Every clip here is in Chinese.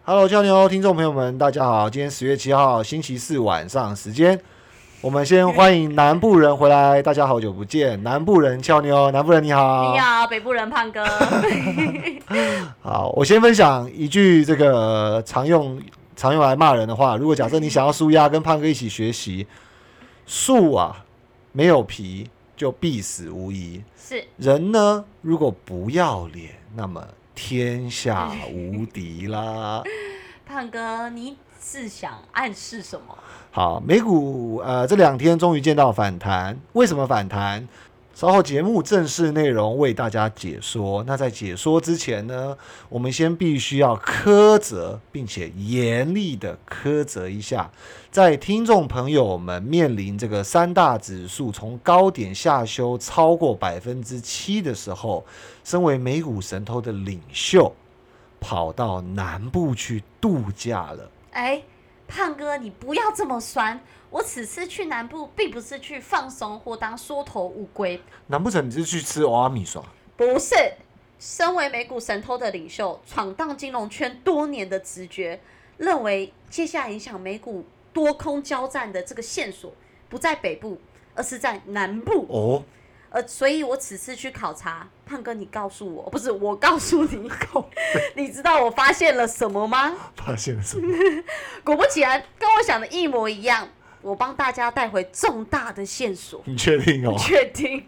Hello， 俏妞听众朋友们，大家好！今天10月7号星期四晚上时间，我们先欢迎南部人回来。大家好久不见，南部人俏妞，南部人你好。 你好，北部人胖哥。 好，我先分享一句这个常用来骂人的话。如果假设你想要舒压，跟胖哥一起学习，树啊没有皮就必死无疑。 是人呢，如果不要脸，那么天下无敌啦！ 胖哥，你是想暗示什么？ 好，美股这2天终于见到反弹，为什么反弹？稍后节目正式内容为大家解说。那在解说之前呢，我们先必须要苛责，并且严厉的苛责一下，在听众朋友们面临这个3大指数从高点下修超过7%的时候，身为美股神偷的领袖，跑到南部去度假了。 胖哥，你不要这么酸。我此次去南部，并不是去放松或当缩头乌龟。 难不成你是去吃蚵仔米爽？ 不是，身为美股神偷的领袖，闯荡金融圈多年的直觉，认为接下来影响美股多空交战的这个线索，不在北部，而是在南部。 哦。 所以我此次去考察，胖哥，你告诉我，不是我告诉你，你知道我发现了什么吗？ 发现了什么？ 果不其然，跟我想的一模一样。我帮大家带回重大的线索。 你确定哦？ 确定。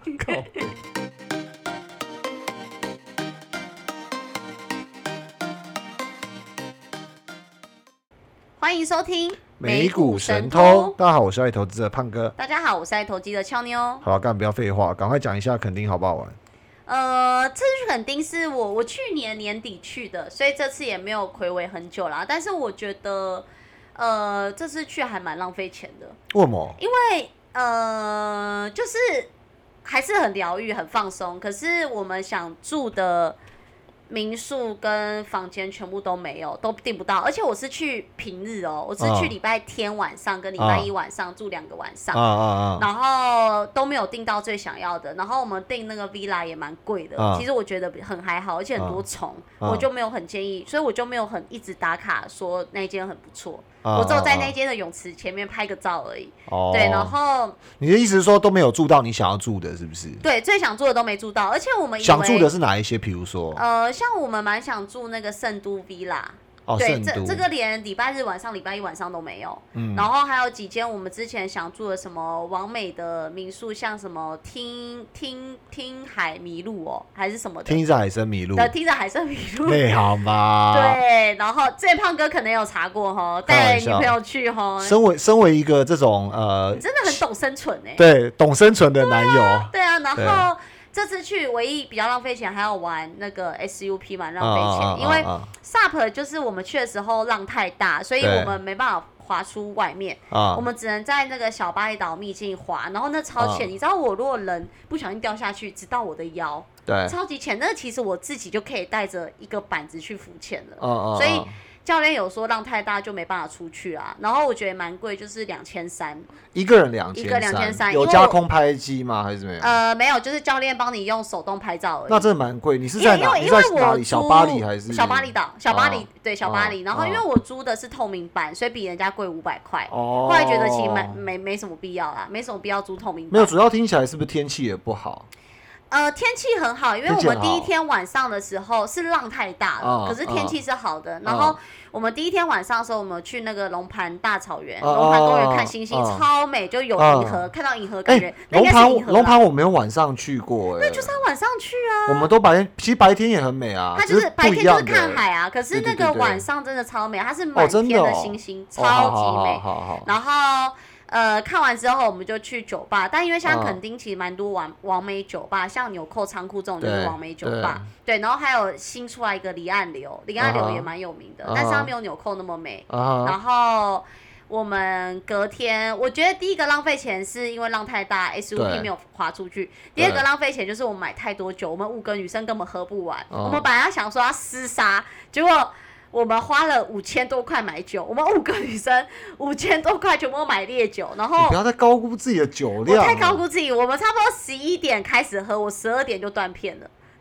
欢迎收听美股神偷。大家好，我是爱投资者胖哥。 大家好，我是爱投机的俏妞。 好，干不要废话，赶快讲一下垦丁好不好玩？ 这次去垦丁是我去年年底去的，所以这次也没有睽违很久啦。但是我觉得，这次去还蛮浪费钱的。 为什么？ 因为就是还是很疗愈、很放松，可是我们想住的民宿跟房间全部都没有，都订不到。而且我是去平日哦，我是去礼拜天晚上跟礼拜一晚上住2个晚上，然后都没有订到最想要的。然后我们订那个 villa 也蛮贵的，其实我觉得很还好，而且很多虫，我就没有很建议，所以我就没有很一直打卡说那间很不错。我只有在那间的泳池前面拍个照而已。对，然后你的意思是说都没有住到你想要住的，是不是？ 对，最想住的都没住到，而且我们想住的是哪一些？比如说， 像我们蛮想住那个圣都 villa。对，这个连礼拜日晚上、礼拜一晚上都没有。然后还有几间我们之前想住的什么完美的民宿，像什么听海迷路哦，还是什么的？ 听着海参迷路。 听着海参迷路。 对，好吗？ 对，然后这胖哥可能有查过哈，带女朋友去哈。 身为一个这种你真的很懂生存哎。 对，懂生存的男友。 对啊，然后。这次去唯一比较浪费钱，还要玩那个 SUP 嘛，浪费钱，因为 SUP 就是我们去的时候浪太大，所以我们没办法滑出外面，我们只能在那个小巴厘岛秘境滑，然后那超浅，你知道我如果人不小心掉下去，直到我的腰， 对， 超级浅，那其实我自己就可以带着一个板子去浮潜了，所以。教练有说浪太大就没办法出去啊，然后我觉得蛮贵，就是2300， 一个人2300， 一个2300， 有加空拍机吗？还是没有？ 没有，就是教练帮你用手动拍照而已。 那真的蛮贵。你是在哪？你在哪里？小巴黎还是？ 小巴厘岛，小巴黎，对，小巴黎。然后因为我租的是透明版，所以比人家贵500块。后来觉得其实没什么必要啦，没什么必要租透明版。 没有，主要听起来是不是天气也不好？ 天气很好，因为我们第一天晚上的时候是浪太大了，可是天气是好的。然后我们第一天晚上的时候，我们去那个龙盘大草原、龙盘公园看星星，超美，就有银河，看到银河感觉。 龙盘我没有晚上去过， 那就是要晚上去啊。 我们都白天，其实白天也很美啊。 它就是白天就是看海啊，可是那个晚上真的超美，它是满天的星星，超级美。然后。看完之后我们就去酒吧，但因为像垦丁其实蛮多网美酒吧，像纽扣仓库这种就是网美酒吧，对，然后还有新出来一个离岸流也蛮有名的，但是它没有纽扣那么美。然后我们隔天，我觉得第一个浪费钱是因为浪太大 ，SUP 没有滑出去；第二个浪费钱就是我们买太多酒，我们5个女生根本喝不完。我们本来想说要厮杀，结果。我们花了5000多块买酒，我们5个女生5000多块全部买烈酒，然后你不要再高估自己的酒量。 我太高估自己，我们差不多11点开始喝，我12点就断片了。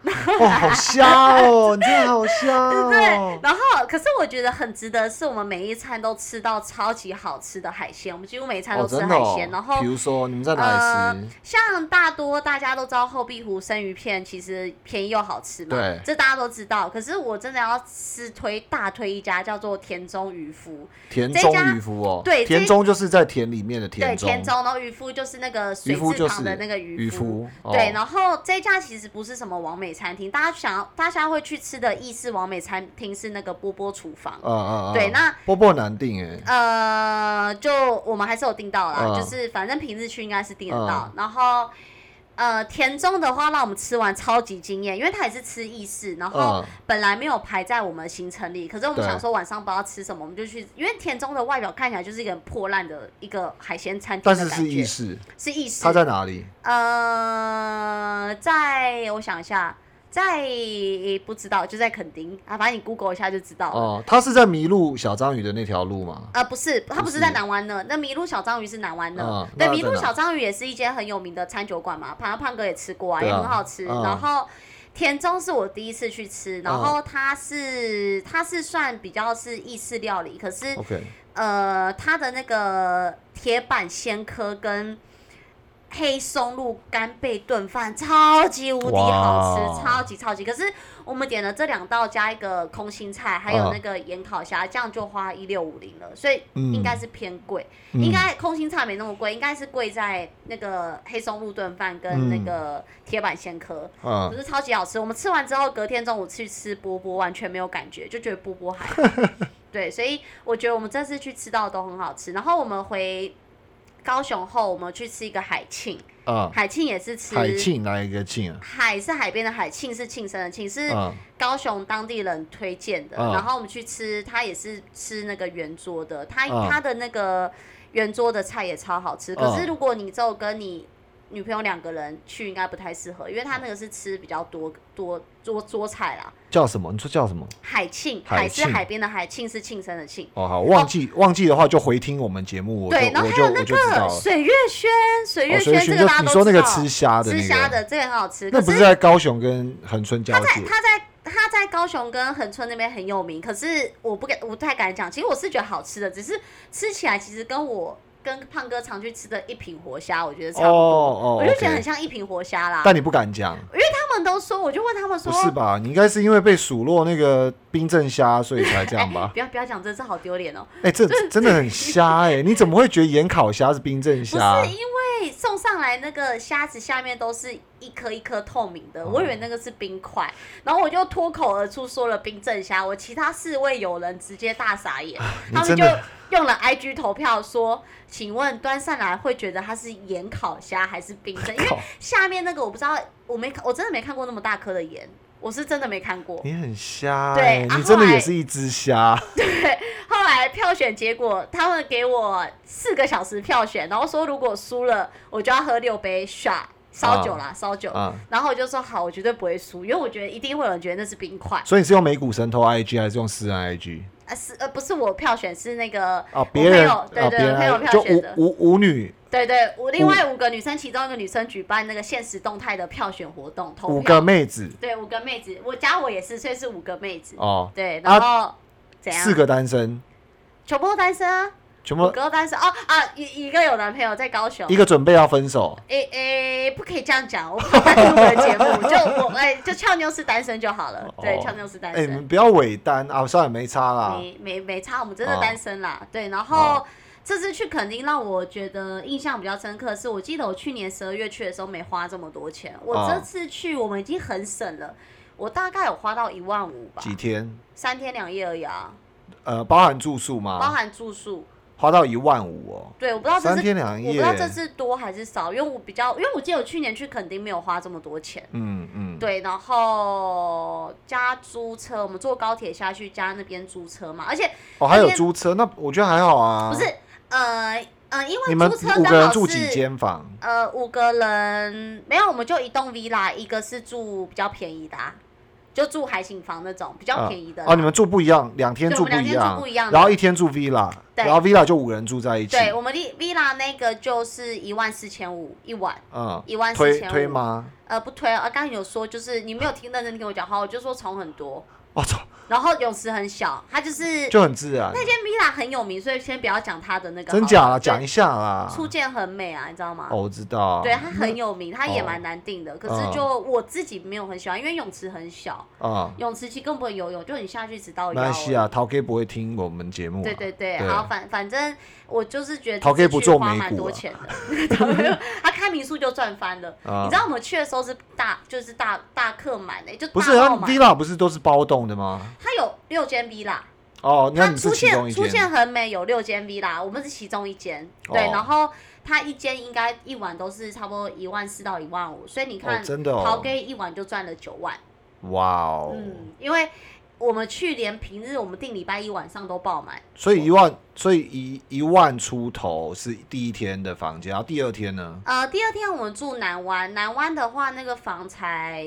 哦，好瞎哦！你真的好瞎哦。 对，然后可是我觉得很值得，是我们每一餐都吃到超级好吃的海鲜，我们几乎每一餐都吃海鲜。然后比如说你们在哪里吃？ 像大家都知道后壁湖生鱼片其实便宜又好吃嘛， 对， 这大家都知道。可是我真的要大推一家叫做田中渔夫。 田中渔夫哦， 对， 田中就是在田里面的田中。 对，田中，然后渔夫就是那个水字旁的那个渔夫。对，然后这家其实不是什么网美餐厅，大家会去吃的意式网美餐厅是那个波波厨房。对，那波波难订就我们还是有订到啦，就是反正平日去应该是订得到。然后田中的话让我们吃完超级惊艳，因为他也是吃意式，然后本来没有排在我们的行程里，可是我们想说晚上不知道吃什么，我们就去，因为田中的外表看起来就是一个很破烂的一个海鲜餐厅的感觉。但是意式， 是意式。 它在哪里？ 我想一下。不知道，就在垦丁啊，反正你 Google 一下就知道了。 哦，它是在麋鹿小章鱼的那条路吗？ 不是，它不是在南湾呢。那麋鹿小章鱼是南湾的。对，麋鹿小章鱼也是一间很有名的餐酒馆嘛，胖哥也吃过啊，也很好吃。然后田中是我第一次去吃，然后它是算比较是意式料理，可是它的那个铁板鲜科跟黑松露干贝炖饭超级无敌好吃，超级！可是我们点了这2道加一个空心菜，还有那个盐烤虾，这样就花1650了，所以应该是偏贵。应该空心菜没那么贵，应该是贵在那个黑松露炖饭跟那个铁板鲜科，可是超级好吃。我们吃完之后，隔天中午去吃波波，完全没有感觉，就觉得波波还好。对，所以我觉得我们这次去吃到的都很好吃。然后我们回高雄后，我们去吃一个海庆，海庆也是吃。 海庆哪一个庆啊？ 海是海边的海，庆是庆生的庆，是高雄当地人推荐的。然后我们去吃，他也是吃那个圆桌的，他的那个圆桌的菜也超好吃。可是如果你只有跟你女朋友2个人去，应该不太适合，因为他那个是吃比较多桌菜啦。 叫什么？你说叫什么？ 海庆，海是海边的海，庆是庆生的庆。 哦，好，忘记的话就回听我们节目。 对，然后还有那个水月轩这个大家都知道。 你说那个吃虾的那个， 吃虾的这个很好吃。 那不是在高雄跟恒春交界？ 他在高雄跟恒春那边很有名，可是我不太敢讲。其实我是觉得好吃的，只是吃起来其实跟胖哥常去吃的一品活虾，我觉得差不多。我就觉得很像一品活虾啦。 但你不敢讲， 因为他们都说，我就问他们说， 不是吧？你应该是因为被数落那个冰镇虾，所以才这样吧？ 不要讲这好丢脸哦。 这真的很瞎你怎么会觉得盐烤虾是冰镇虾？ 不是因为送上来那个虾子下面都是一颗一颗透明的，我以为那个是冰块，然后我就脱口而出说了冰镇虾，我其他4位友人直接大傻眼，他们就用了 IG 投票说，请问端上来会觉得它是盐烤虾还是冰镇？因为下面那个我不知道，我真的没看过那么大颗的盐，我是真的没看过。 你很瞎对， 你真的也是一只虾。 对，后来票选结果，他们给我4个小时票选，然后说如果输了，我就要喝6杯 shot。烧酒啦，烧酒，然后我就说好，我绝对不会输，因为我觉得一定会有人觉得那是冰块。 所以你是用美股神偷 IG 还是用私人 IG？ 不是我票选，是那个别人对，朋友票选的， 就五女。 对，另外5个女生，其中1个女生举办那个限时动态的票选活动，投票。5 个妹子。对 ，5个妹子，我也是，所以是5个妹子。对，然后怎样 ？4个单身。 全部都单身啊。5个单身一个有男朋友在高雄， 一个准备要分手。 不可以这样讲，我怕单录的节目，就俏妞是单身就好了。对，俏妞是单身。 你们不要伪单啊，算了，没差啦。 没差，我们真的单身啦。对，然后这次去垦丁让我觉得印象比较深刻的是，我记得我去年12月去的时候没花这么多钱，我这次去我们已经很省了，我大概有花到15000吧。 几天 ？3天2夜而已啊。 包含住宿吗？ 包含住宿。 花到15000哦。 对，我不知道 3天2夜， 我不知道这是多还是少，因为我记得我去年去垦丁没有花这么多钱。对，然后加租车，我们坐高铁下去加那边租车嘛，而且还有租车，那我觉得还好啊。 不是，因为你们租车 5个人住几间房 ？5个人没有，我们就一栋 villa， 一个是住比较便宜的就住海景房那种比较便宜的。 你们住不一样，2天住不一样，然后1天住 villa。 然后 villa 就5人住在一起。 对，我们 villa 那个就是14500一晚，14500。 推吗？ 不推啊，刚刚有说就是你没有认真听我讲话，我就说虫很多。 操！ 然后泳池很小，它就很自然。 那间 villa 很有名，所以先不要讲它的那个。 真假啦，讲一下啦。 初见很美啊，你知道吗？ 我知道。 对，它很有名，它也蛮难订的。可是就我自己没有很喜欢，因为泳池很小。泳池其实根本不会游泳，就你下去只到腰。 没关系啊，陶 K 不会听我们节目。 对，好，反正我就是觉得陶 K 不做美股， 蛮多钱的。他开民宿就赚翻了。你知道我们去的时候是大客满的，就不是他 villa 不是都是包栋的吗？ 它有6间 villa。 那你是其中一间。 出现很美有6间 villa， 我们是其中一间。对，然后它一间应该一晚都是差不多14000到15000，所以你看，陶 K 一晚就赚了9万。 哇哦！ 因为我们去连平日我们订礼拜一晚上都爆满， 所以1万出头是第一天的房间，然后第二天呢？ 第二天我们住南湾，南湾的话那个房才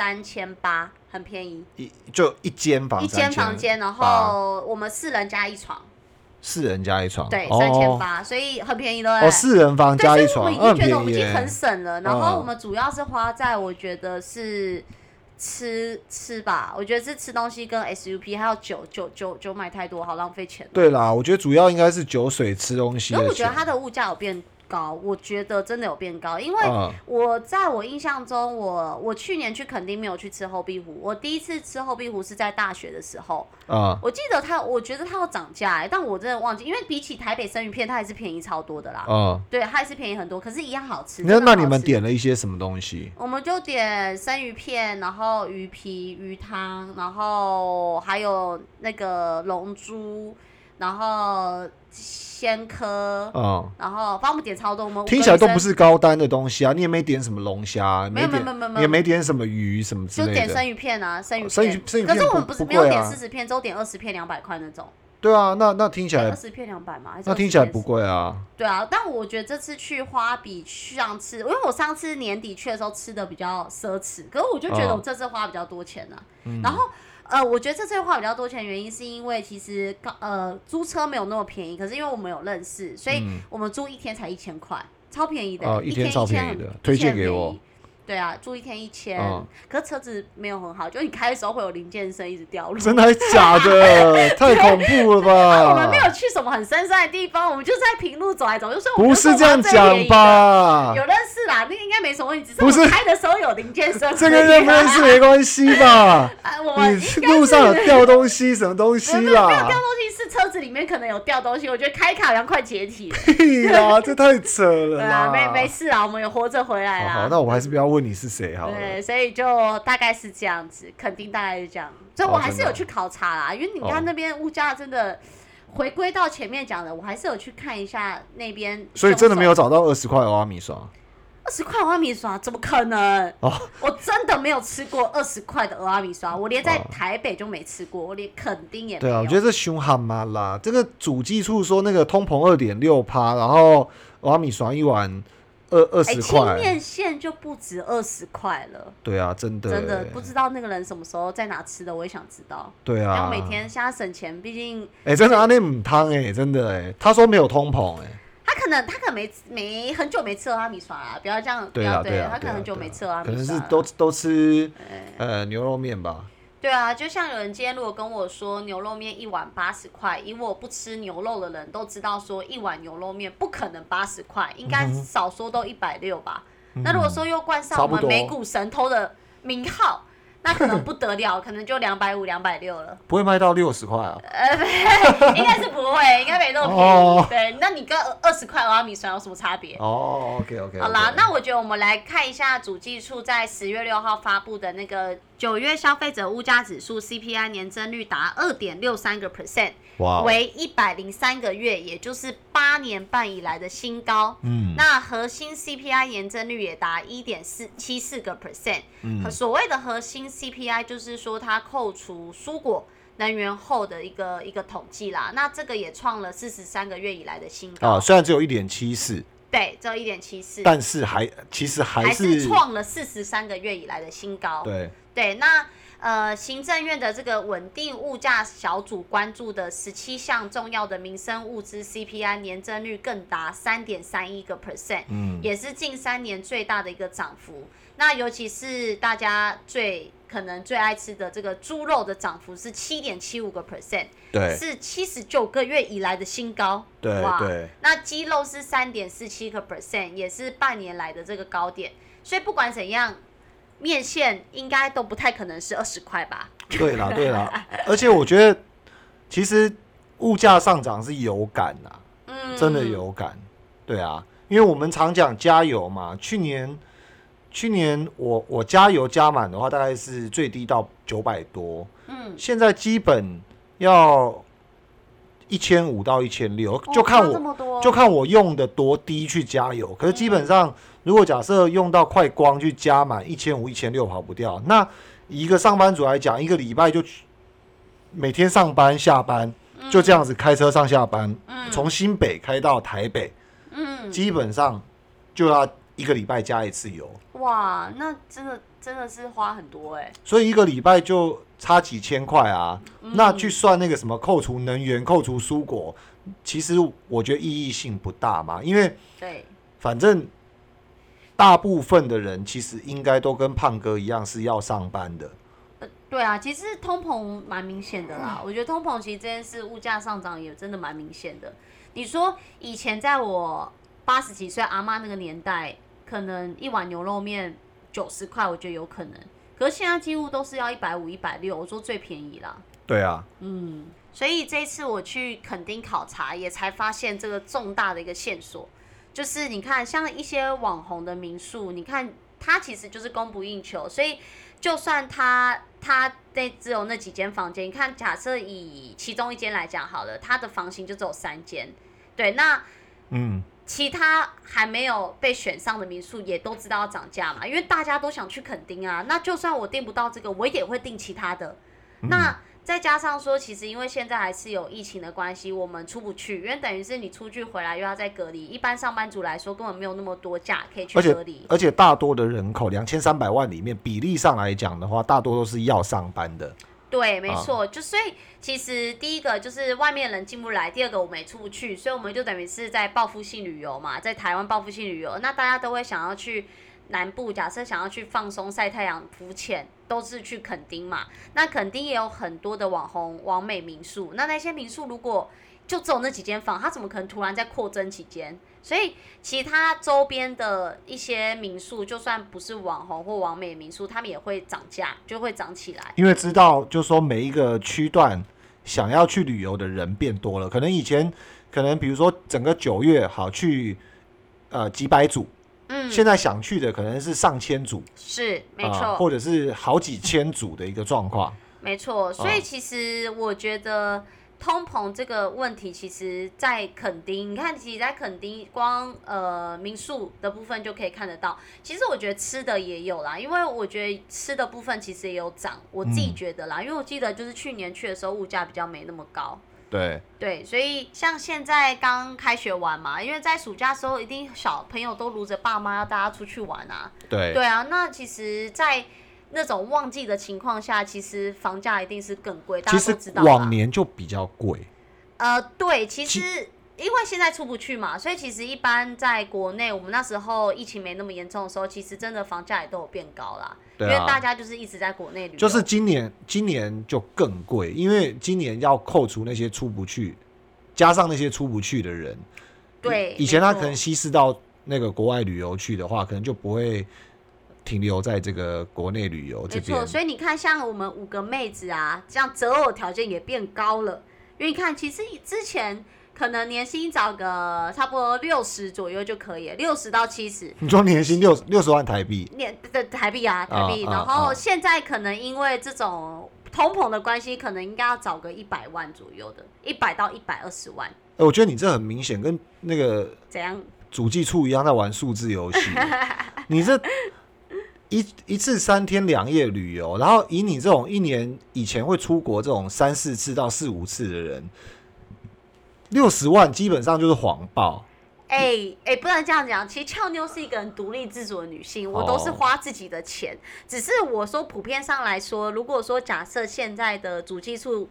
3800，很便宜， 就一间房间，然后我们4人加1床。 4人加1床， 对，3800，所以很便宜的。 4人房加1床， 所以我们已经觉得我们已经很省了。然后我们主要是花在，我觉得是吃吧，我觉得是吃东西跟 SUP， 还有酒买太多，好浪费钱。 对啦，我觉得主要应该是酒水吃东西的钱。 因为我觉得它的物价有变高，我觉得真的有变高，因为在我印象中，我去年去垦丁没有去吃后壁湖，我第一次吃后壁湖是在大学的时候，我记得我觉得它有涨价，但我真的忘记，因为比起台北生鱼片，它还是便宜超多的啦。对，它还是便宜很多，可是一样好吃。 那你们点了一些什么东西？ 我们就点生鱼片，然后鱼皮、鱼汤，然后还有那个龙珠，然后鲜科，然后反正我们点超多，我们听起来都不是高单的东西啊！你也没点什么龙虾， 没有， 也没点什么鱼什么之类的， 就点生鱼片啊，生鱼片。 可是我们不是没有点40片，只有点20片200块那种。 对啊，那听起来 20片200嘛， 那听起来不贵啊。 对啊，但我觉得这次去花比上次，因为我上次年底去的时候吃的比较奢侈，可是我就觉得我这次花比较多钱啊。然后我觉得这次花比较多钱的原因是因为其实租车没有那么便宜，可是因为我们有认识，所以我们租1天才1000块，超便宜的。 1天超便宜的，推荐给我。 对啊，住1天1000，可是车子没有很好，就你开的时候会有零件声一直掉落。 真的还假的？太恐怖了吧！ 我们没有去什么很深山的地方，我们就在平路走来走，就说不是这样讲吧？ 有认识啦，那个应该没什么问题，只是我开的时候有零件声。 这跟认不认识没关系吧？你路上有掉东西什么东西啦？ 没有掉东西，是车子里面可能有掉东西。我觉得开卡好像快解体了。 屁啦，这太扯了啦！ 对啊，没事啦，我们有活着回来啦。 好，那我还是不要问你是谁好了。 对，所以就大概是这样子，肯定大概是这样。所以我还是有去考察啦，因为你看那边物价真的回归到前面讲的，我还是有去看一下那边。 所以真的没有找到20块蚵仔米刷。 20块蚵仔米刷怎么可能？我真的没有吃过20块的蚵仔米刷，我连在台北就没吃过，我连垦丁也没有。 对啊，我觉得这凶悍嘛啦。这个主计处说那个通膨2.6%，然后蚵仔米刷一碗20块， 清面线就不止20块了。 对啊，真的不知道那个人什么时候在哪吃的，我也想知道。 对啊， 要每天现在省钱，毕竟真的那母汤真的他说没有通膨他可能没很久没吃蚵仔米刷啦，不要这样。对，他可能很久没吃蚵仔米刷， 可能是都吃牛肉面吧。 对啊，就像有人今天如果跟我说牛肉面一碗80块，以我不吃牛肉的人都知道说一碗牛肉面不可能80块，应该少说都160吧。那如果说又冠上我们美股神偷的名号，那可能不得了，可能就250、260了。 不会卖到60块啊？ 应该是不会，应该没那么便宜。对，那你跟20块蚵仔米刷有什么差别 ？OK。 好啦，那我觉得我们来看一下主计处在10月6号发布的那个9月消费者物价指数 CPI 年增率达2.63%，为103个月，也就是8年半以来的新高。那核心 CPI 年增率也达1.74%。所谓的核心 CPI 就是说它扣除蔬果、能源后的一个统计啦。那这个也创了43个月以来的新高。 虽然只有1.74%。 对，只有1.74%， 但是其实还是创了43个月以来的新高。 对， 那行政院的这个稳定物价小组关注的17项重要的民生物资 CPI 年增率更达 3.31%，也是近3年最大的一个涨幅。那尤其是大家可能最爱吃的这个猪肉的涨幅是 7.75%， 对， 是79个月以来的新高。 对对。 那鸡肉是 3.47%， 也是半年来的这个高点。所以不管怎样，面线应该都不太可能是20块吧？ 对啦对啦，而且我觉得其实物价上涨是有感啦，真的有感。对啊，因为我们常讲加油嘛，去年我加油加满的话，大概是最低到900多，现在基本要1500到1600，就看我用的多低去加油。可是基本上，如果假设用到快光去加满1500、1600跑不掉，那以一个上班族来讲，一个礼拜就每天上班下班就这样子开车上下班，从新北开到台北，基本上就要一个礼拜加1次油。 哇，那真的是花很多所以一个礼拜就差几千块啊。那去算那个什么扣除能源、扣除蔬果，其实我觉得意义性不大嘛，因为反正大部分的人其实应该都跟胖哥一样是要上班的。 对啊，其实通膨蛮明显的啦。我觉得通膨其实这件事，物价上涨也真的蛮明显的。你说以前在我80几岁阿嬷那个年代，可能一碗牛肉面90块，我觉得有可能。可是现在几乎都是要150、160，我说最便宜啦。 对啊， 所以这一次我去垦丁考察，也才发现这个重大的一个线索，就是你看像一些网红的民宿，你看它其实就是供不应求，所以就算它只有那几间房间，你看假设以其中一间来讲好了，它的房型就只有3间，对，那其他还没有被选上的民宿也都知道要涨价嘛，因为大家都想去垦丁啊。那就算我订不到这个，我也会订其他的。那再加上说，其实因为现在还是有疫情的关系，我们出不去，因为等于是你出去回来又要再隔离。一般上班族来说，根本没有那么多假可以去隔离。 而且大多的人口2300万里面，比例上来讲的话，大多都是要上班的。 对，没错，就所以其实第一个就是外面人进不来，第二个我们也出不去，所以我们就等于是在报复性旅游嘛，在台湾报复性旅游，那大家都会想要去南部，假设想要去放松、晒太阳、浮潜，都是去垦丁嘛。那垦丁也有很多的网红、网美民宿，那些民宿如果就只有那几间房，它怎么可能突然再扩增几间？所以其他周边的一些民宿，就算不是网红或网美民宿，他们也会涨价，就会涨起来。 因为知道，就是说每一个区段想要去旅游的人变多了，可能以前比如说整个9月好去几百组，现在想去的可能是上千组， 是没错， 或者是好几千组的一个状况。 没错，所以其实我觉得通膨这个问题，其实在垦丁，你看，其实在垦丁光民宿的部分就可以看得到。其实我觉得吃的也有啦，因为我觉得吃的部分其实也有涨，我自己觉得啦，因为我记得就是去年去的时候物价比较没那么高。 对， 所以像现在刚开学完嘛，因为在暑假的时候，一定小朋友都撸着爸妈要大家出去玩啊。对啊，那其实，在那种旺季的情况下，其实房价一定是更贵，大家都知道。 其实往年就比较贵。 对，其实因为现在出不去嘛，所以其实一般在国内，我们那时候疫情没那么严重的时候，其实真的房价也都有变高啦。因为大家就是一直在国内旅游。 就是今年就更贵，因为今年要扣除那些出不去，加上那些出不去的人。 对， 以前他可能稀释到那个国外旅游去的话，可能就不会停留在这个国内旅游这边。 没错，所以你看，像我们5个妹子啊，这样择偶条件也变高了。因为你看，其实之前可能年薪找个差不多60左右就可以了，60到70。 你说年薪60万台币？ 台币啊，台币。然后现在可能因为这种通膨的关系，可能应该要找个100万左右的，100到120万。 我觉得你这很明显跟那个怎样主计处一样在玩数字游戏。你这一次3天2夜旅游，然后以你这种一年以前会出国这种3、4次到4、5次的人，60万基本上就是谎报。 不能这样讲。其实俏妞是一个很独立自主的女性，我都是花自己的钱。只是我说普遍上来说，如果说假设现在的主计处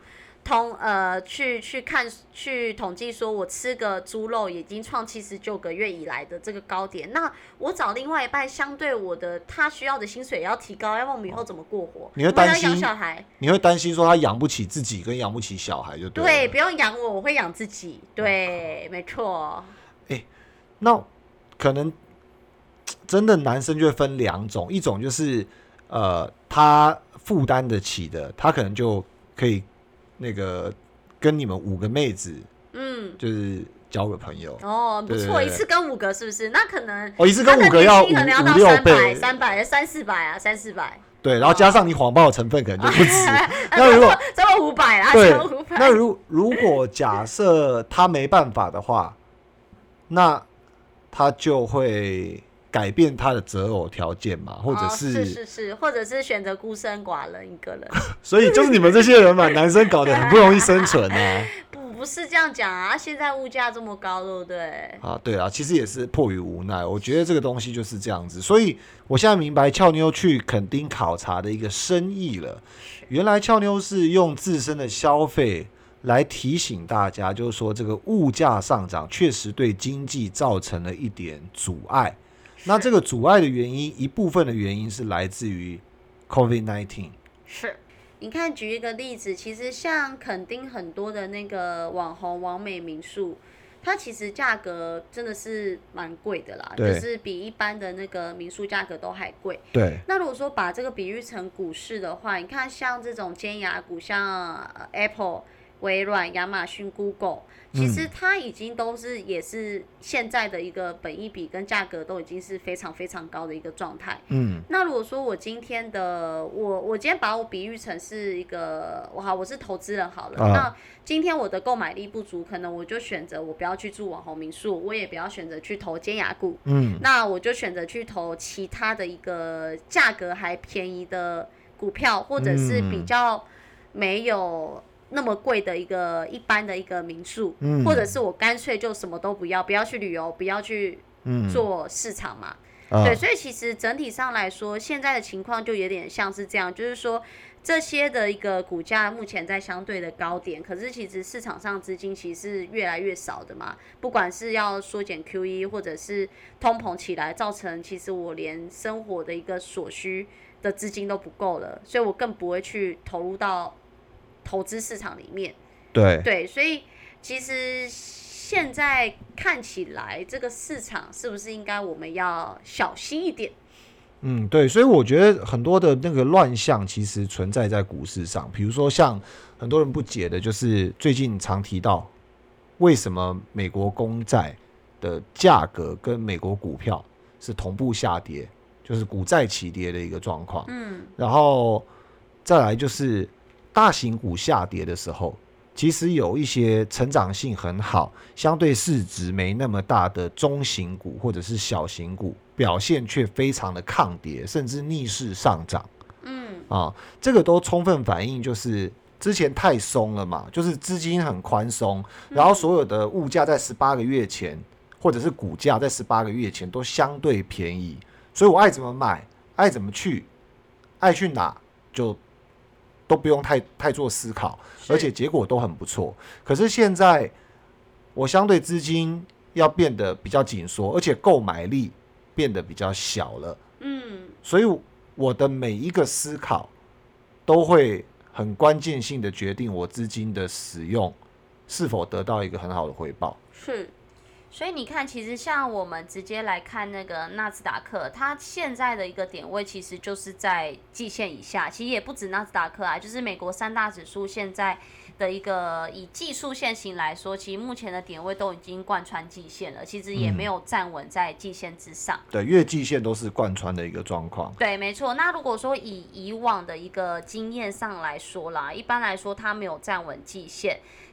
去统计说，我吃个猪肉已经创79个月以来的这个高点，那我找另外一半，相对他需要的薪水也要提高，要不然我们以后怎么过活？ 你会担心养小孩？ 你会担心说他养不起自己跟养不起小孩就对了。 对，不用养我，我会养自己。对，没错。 那可能真的男生就会分2种，一种就是他负担得起的，他可能就可以那个跟你们5个妹子，就是交个朋友。 不错，一次跟5个是不是？那可能一次跟5个要5-6倍 ，300啊，300-400。 对，然后加上你谎报的成分可能就不止。那如果超过500啦， 对，那如果假设他没办法的话，那他就会改变他的择偶条件嘛，或者是，或者是选择孤身寡人一个人。 所以就是你们这些人把男生搞得很不容易生存啊。 不是这样讲啊，现在物价这么高，对不对？ 对啊，其实也是迫于无奈。我觉得这个东西就是这样子，所以我现在明白俏妞去垦丁考察的一个深意了。原来俏妞是用自身的消费来提醒大家，就是说这个物价上涨确实对经济造成了一点阻碍。那这个阻碍的原因，一部分的原因是来自于 COVID-19。 是，你看，举一个例子，其实像垦丁很多的那个网红、网美民宿，它其实价格真的是蛮贵的啦，就是比一般的那个民宿价格都还贵。 对。 那如果说把这个比喻成股市的话，你看像这种尖牙股，像Apple、微软、亚马逊、Google， 其实它已经也是现在的一个本益比跟价格都已经是非常非常高的一个状态。那如果说我今天把我比喻成是一个我是投资人好了，那今天我的购买力不足，可能我就选择我不要去住网红民宿，我也不要选择去投尖牙股，那我就选择去投其他的一个价格还便宜的股票，或者是比较没有那么贵的一般的一个民宿，或者是我干脆就什么都不要去旅游，不要去做市场嘛。对，所以其实整体上来说，现在的情况就有点像是这样，就是说这些的一个股价目前在相对的高点，可是其实市场上资金其实是越来越少的嘛，不管是要缩减 QE， 或者是通膨起来，造成其实我连生活的一个所需的资金都不够了，所以我更不会去投入到投资市场里面。对，所以其实现在看起来这个市场是不是应该我们要小心一点？ 对，所以我觉得很多的那个乱象其实存在在股市上，比如说像很多人不解的就是最近常提到为什么美国公债的价格跟美国股票是同步下跌，就是股债齐跌的一个状况。然后再来就是大型股下跌的时候，其实有一些成长性很好，相对市值没那么大的中型股或者是小型股，表现却非常的抗跌，甚至逆势上涨。这个都充分反映就是之前太松了嘛，就是资金很宽松，然后所有的物价在18个月前，或者是股价在18个月前都相对便宜，所以我爱怎么买，爱怎么去，爱去哪就都不用太做思考，而且结果都很不错。可是现在我相对资金要变得比较紧缩，而且购买力变得比较小了。所以我的每一个思考都会很关键性的决定我资金的使用是否得到一个很好的回报。 是。所以你看，其实像我们直接来看那个纳斯达克，它现在的一个点位其实就是在季线以下，其实也不止纳斯达克啊，就是美国3大指数现在的一个以技术线型来说，其实目前的点位都已经贯穿季线了，其实也没有站稳在季线之上。 对，月季线都是贯穿的一个状况。 对，没错。那如果说以往的一个经验上来说啦，一般来说它没有站稳季线，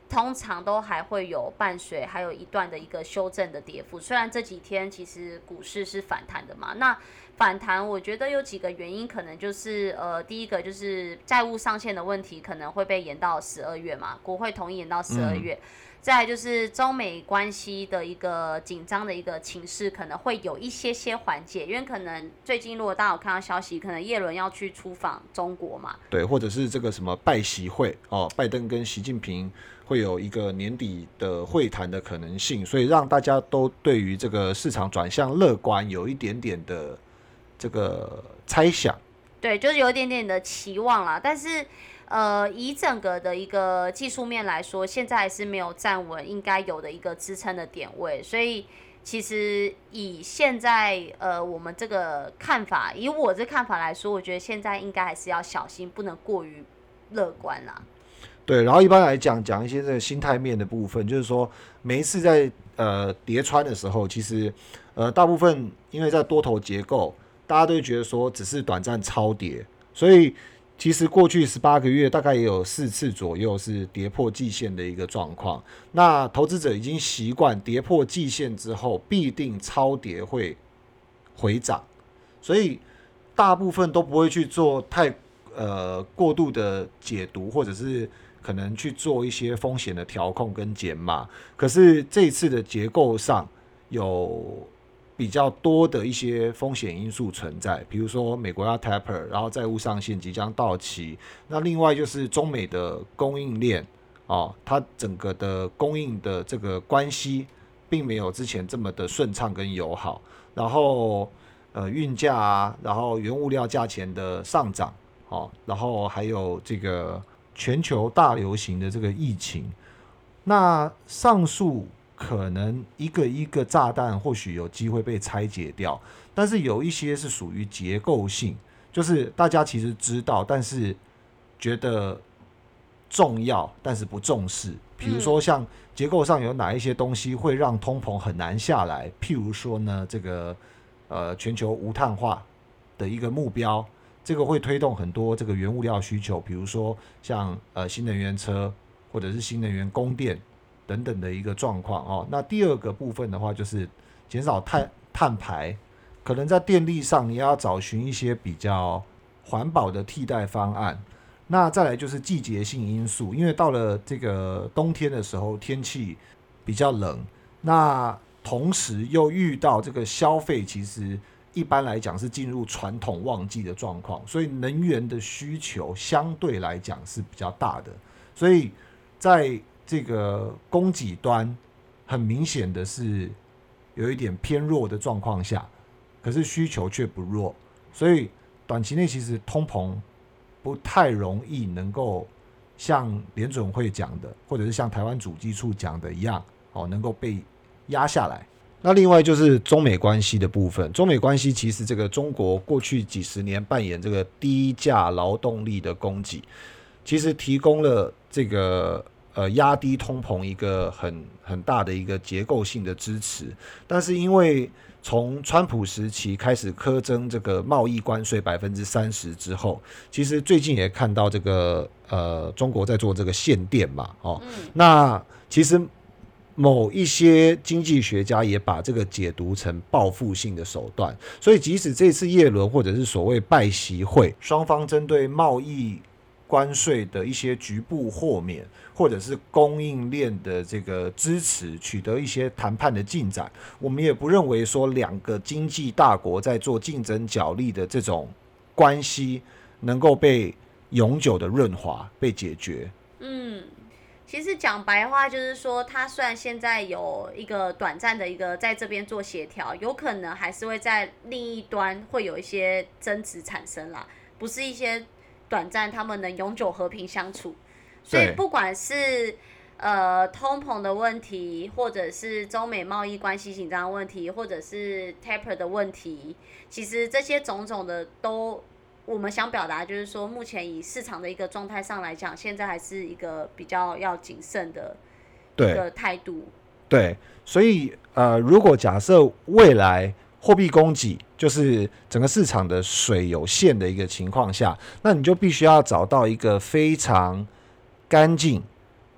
通常都还会有伴随还有一段的一个修正的跌幅。虽然这几天其实股市是反弹的嘛，那反弹我觉得有几个原因，可能就是第一个就是债务上限的问题可能会被延到12月嘛，国会同意延到12月。再来就是中美关系的一个紧张的一个情势可能会有一些缓解，因为可能最近如果大家有看到消息，可能耶伦要去出访中国嘛， 对，或者是这个什么拜习会拜登跟习近平会有一个年底的会谈的可能性，所以让大家都对于这个市场转向乐观有一点点的这个猜想， 对，就是有一点点的期望啦，但是以整个的一个技术面来说，现在还是没有站稳应该有的一个支撑的点位，所以其实以现在我们这个看法，以我这看法来说，我觉得现在应该还是要小心，不能过于乐观啦。 对，然后一般来讲一些这个心态面的部分，就是说每一次在跌穿的时候，其实大部分因为在多头结构，大家都会觉得说只是短暂超跌，所以其实过去18个月大概也有4次左右是跌破季线的一个状况。那投资者已经习惯跌破季线之后必定超跌会回涨，所以大部分都不会去做太过度的解读，或者是可能去做一些风险的调控跟减码。可是这一次的结构上有比较多的一些风险因素存在，比如说美国要 taper， 然后债务上限即将到期，那另外就是中美的供应链它整个的供应的这个关系并没有之前这么的顺畅跟友好，然后运价啊，然后原物料价钱的上涨然后还有这个全球大流行的这个疫情，那上述可能一个一个炸弹或许有机会被拆解掉，但是有一些是属于结构性，就是大家其实知道，但是觉得重要，但是不重视。比如说像结构上有哪一些东西会让通膨很难下来，譬如说呢，这个全球无碳化的一个目标，这个会推动很多这个原物料需求，比如说像新能源车或者是新能源供电等等的一个状况那第二个部分的话，就是减少碳排，可能在电力上你要找寻一些比较环保的替代方案。那再来就是季节性因素，因为到了这个冬天的时候，天气比较冷，那同时又遇到这个消费，其实一般来讲是进入传统旺季的状况，所以能源的需求相对来讲是比较大的，所以在这个供给端很明显的是有一点偏弱的状况下，可是需求却不弱，所以短期内其实通膨不太容易能够像联准会讲的，或者是像台湾主计处讲的一样能够被压下来。那另外就是中美关系的部分，中美关系其实这个中国过去几十年扮演这个低价劳动力的供给，其实提供了这个压低通膨一个很大的一个结构性的支持。但是因为从川普时期开始苛征这个贸易关税30%之后，其实最近也看到这个中国在做这个限电嘛那其实某一些经济学家也把这个解读成报复性的手段，所以即使这次耶伦或者是所谓拜习会，双方针对贸易关税的一些局部豁免，或者是供应链的这个支持，取得一些谈判的进展，我们也不认为说两个经济大国在做竞争角力的这种关系能够被永久的润滑被解决。 其实讲白话就是说，他虽然现在有一个短暂的一个在这边做协调，有可能还是会在另一端会有一些争执产生啦，不是一些短暂他们能永久和平相处。所以不管是通膨的问题，或者是中美贸易关系紧张的问题，或者是 taper 的问题，其实这些种种的都。我们想表达就是说，目前以市场的一个状态上来讲，现在还是一个比较要谨慎的一个态度。 对，所以如果假设未来货币供给就是整个市场的水有限的一个情况下，那你就必须要找到一个非常干净，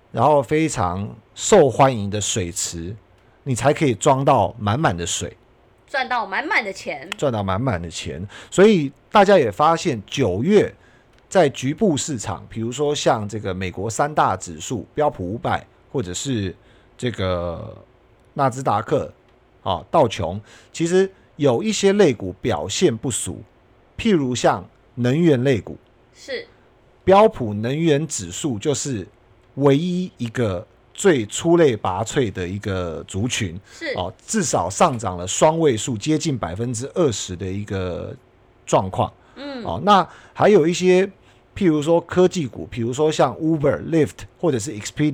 然后非常受欢迎的水池，你才可以装到满满的水， 赚到满满的钱。 所以大家也发现9月在局部市场，比如说像这个美国3大指数标普500，或者是这个纳斯达克、道琼，其实有一些类股表现不俗，譬如像能源类股， 是标普能源指数就是唯一一个最出类拔萃的一个族群， 是至少上涨了双位数，接近20%的一个状况。那还有一些譬如说科技股，比如说像 Uber、Lyft 或者是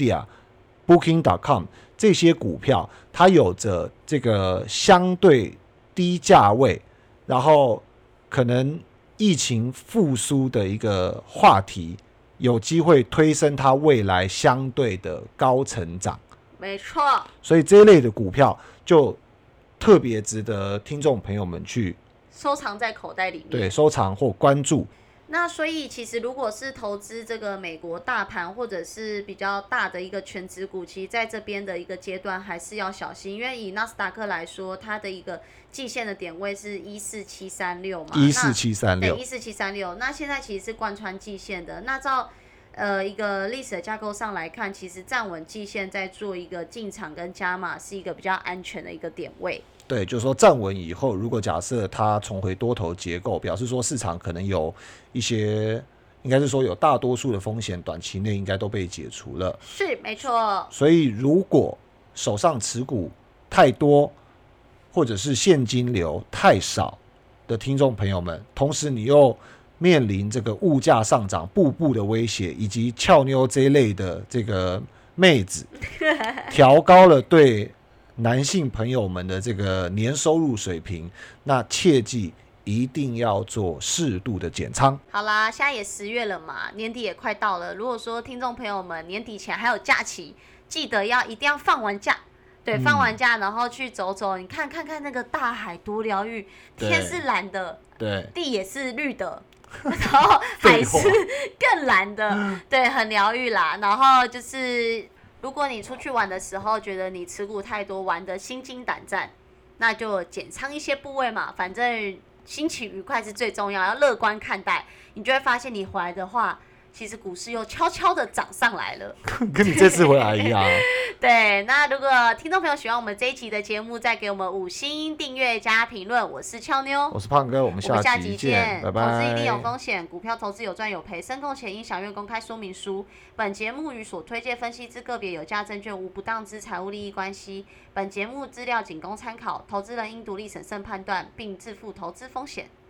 Expedia、Booking.com 这些股票，它有着这个相对低价位，然后可能疫情复苏的一个话题，有机会推升它未来相对的高成长。 没错， 所以这一类的股票就特别值得听众朋友们去收藏在口袋里面， 对，收藏或关注。 那所以其实如果是投资这个美国大盘或者是比较大的一个全指股，其实在这边的一个阶段还是要小心，因为以纳斯达克来说，它的一个季线的点位是14736嘛 ，14736， 对，14736。那现在其实是贯穿季线的，那照一个历史的架构上来看，其实站稳季线再做一个进场跟加码是一个比较安全的一个点位。 对，就是说站稳以后，如果假设它重回多头结构，表示说市场可能有一些，应该是说有大多数的风险短期内应该都被解除了。 是，没错。 所以如果手上持股太多，或者是现金流太少的听众朋友们，同时你又面临这个物价上涨、步步的威胁，以及俏妞这一类的这个妹子调高了对男性朋友们的这个年收入水平，那切记一定要做适度的减仓。 好啦，现在也10月了嘛，年底也快到了。如果说听众朋友们年底前还有假期，记得一定要放完假，对，放完假然后去走走，你看看那个大海多疗愈，天是蓝的， 对， 地也是绿的。然后海是更蓝的，对，很疗愈啦。然后就是如果你出去玩的时候觉得你持股太多，玩得心惊胆战，那就减仓一些部位嘛，反正心情愉快是最重要，要乐观看待，你就会发现你回来的话，其实股市又悄悄的涨上来了， 跟你这次回来一样。 对，那如果听众朋友喜欢我们这一集的节目，再给我们5星订阅加评论。我是俏妞， 我是胖哥，我们下集见，拜拜。 投资一定有风险，股票投资有赚有赔，申购前应详阅公开说明书。本节目与所推荐分析之个别有价证券无不当之财务利益关系。本节目资料仅供参考，投资人应独立审慎判断，并自负投资风险。